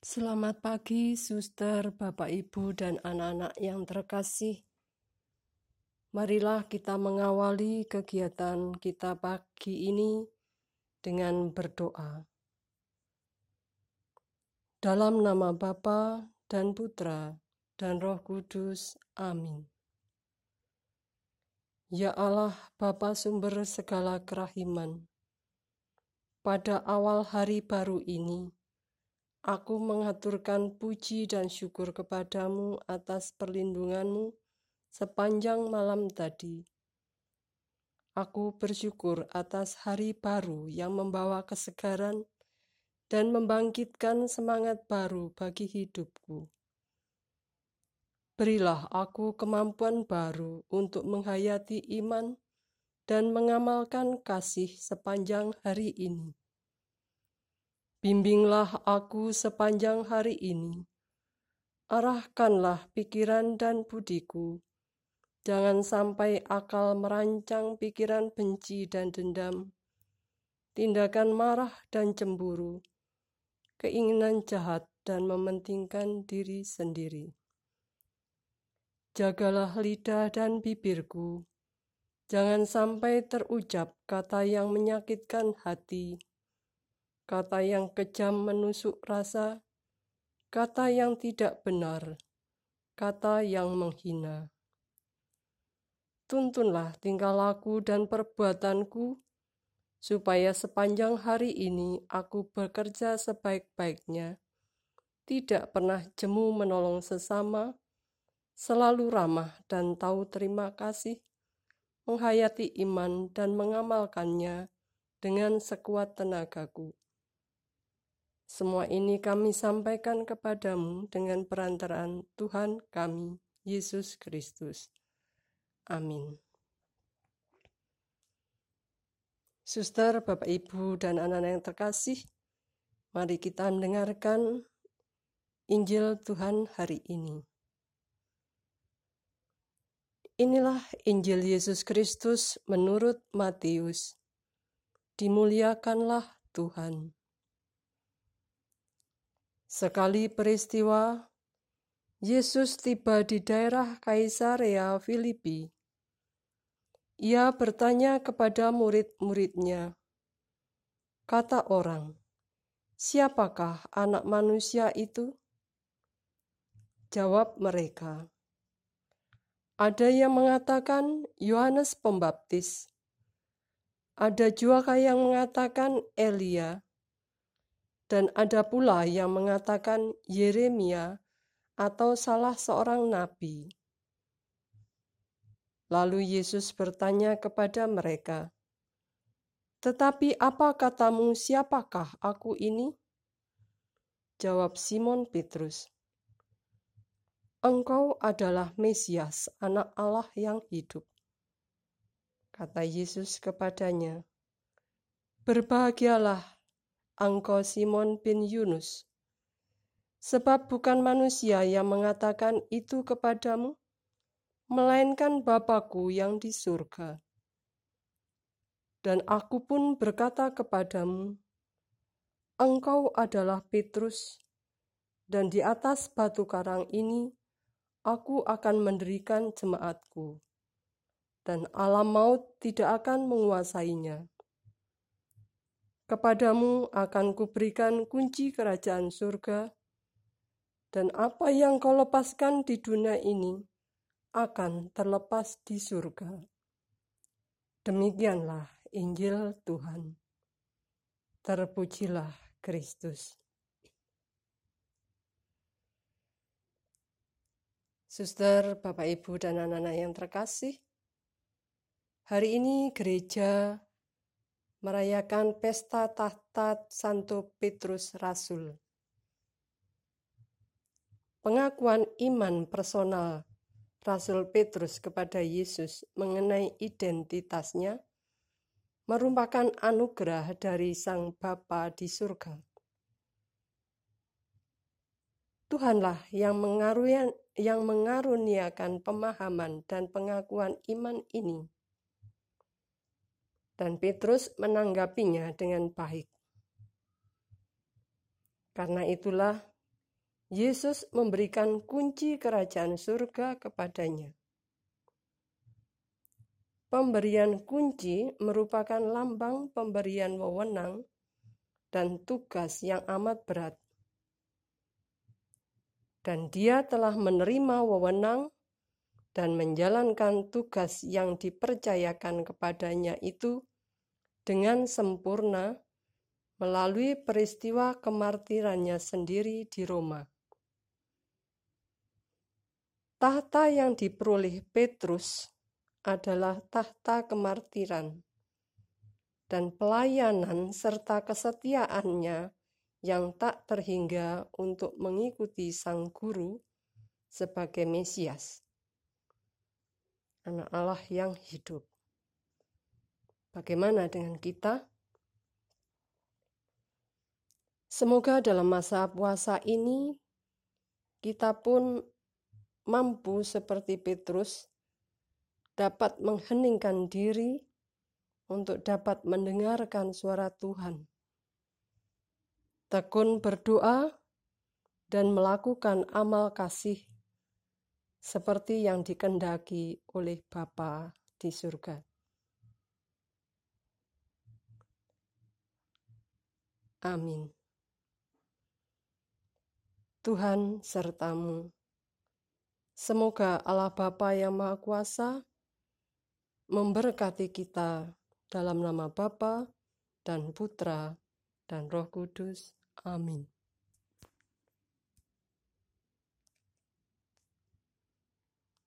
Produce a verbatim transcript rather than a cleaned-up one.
Selamat pagi, suster, Bapak, Ibu, dan anak-anak yang terkasih. Marilah kita mengawali kegiatan kita pagi ini dengan berdoa. Dalam nama Bapa dan Putra dan Roh Kudus. Amin. Ya Allah, Bapa sumber segala kerahiman, pada awal hari baru ini, aku mengaturkan puji dan syukur kepadamu atas perlindunganmu sepanjang malam tadi. Aku bersyukur atas hari baru yang membawa kesegaran dan membangkitkan semangat baru bagi hidupku. Berilah aku kemampuan baru untuk menghayati iman dan mengamalkan kasih sepanjang hari ini. Bimbinglah aku sepanjang hari ini. Arahkanlah pikiran dan budiku. Jangan sampai akal merancang pikiran benci dan dendam, tindakan marah dan cemburu, keinginan jahat dan mementingkan diri sendiri. Jagalah lidah dan bibirku. Jangan sampai terucap kata yang menyakitkan hati, kata yang kejam menusuk rasa, kata yang tidak benar, kata yang menghina. Tuntunlah tingkah laku dan perbuatanku, supaya sepanjang hari ini aku bekerja sebaik-baiknya, tidak pernah jemu menolong sesama, selalu ramah dan tahu terima kasih, menghayati iman dan mengamalkannya dengan sekuat tenagaku. Semua ini kami sampaikan kepadamu dengan perantaraan Tuhan kami, Yesus Kristus. Amin. Suster, Bapak, Ibu, dan anak-anak yang terkasih, mari kita mendengarkan Injil Tuhan hari ini. Inilah Injil Yesus Kristus menurut Matius. Dimuliakanlah Tuhan. Sekali peristiwa, Yesus tiba di daerah Kaisarea Filipi. Ia bertanya kepada murid-muridnya, kata orang, "Siapakah anak manusia itu?" Jawab mereka, "Ada yang mengatakan Yohanes Pembaptis, ada juga yang mengatakan Elia, dan ada pula yang mengatakan Yeremia atau salah seorang nabi." Lalu Yesus bertanya kepada mereka, "Tetapi apa katamu, siapakah aku ini?" Jawab Simon Petrus, "Engkau adalah Mesias, Anak Allah yang hidup." Kata Yesus kepadanya, "Berbahagialah engkau Simon bin Yunus, sebab bukan manusia yang mengatakan itu kepadamu, melainkan Bapa-Ku yang di surga. Dan aku pun berkata kepadamu, engkau adalah Petrus, dan di atas batu karang ini aku akan mendirikan jemaatku, dan alam maut tidak akan menguasainya. Kepadamu akan kuberikan kunci kerajaan surga, dan apa yang kau lepaskan di dunia ini akan terlepas di surga." Demikianlah Injil Tuhan. Terpujilah Kristus. Suster, Bapak, Ibu, dan anak-anak yang terkasih, hari ini gereja merayakan pesta tahta Santo Petrus Rasul. Pengakuan iman personal Rasul Petrus kepada Yesus mengenai identitasnya merupakan anugerah dari Sang Bapa di surga. Tuhanlah yang mengaruniakan, yang mengaruniakan pemahaman dan pengakuan iman ini. Dan Petrus menanggapinya dengan baik. Karena itulah Yesus memberikan kunci kerajaan surga kepadanya. Pemberian kunci merupakan lambang pemberian wewenang dan tugas yang amat berat. Dan dia telah menerima wewenang dan menjalankan tugas yang dipercayakan kepadanya itu dengan sempurna melalui peristiwa kemartirannya sendiri di Roma. Tahta yang diperoleh Petrus adalah tahta kemartiran, dan pelayanan serta kesetiaannya yang tak terhingga untuk mengikuti Sang Guru sebagai Mesias, Anak Allah yang hidup. Bagaimana dengan kita? Semoga dalam masa puasa ini kita pun mampu seperti Petrus dapat mengheningkan diri untuk dapat mendengarkan suara Tuhan, tekun berdoa dan melakukan amal kasih seperti yang dikehendaki oleh Bapa di surga. Amin. Tuhan sertamu. Semoga Allah Bapa yang Maha Kuasa memberkati kita dalam nama Bapa dan Putra dan Roh Kudus. Amin.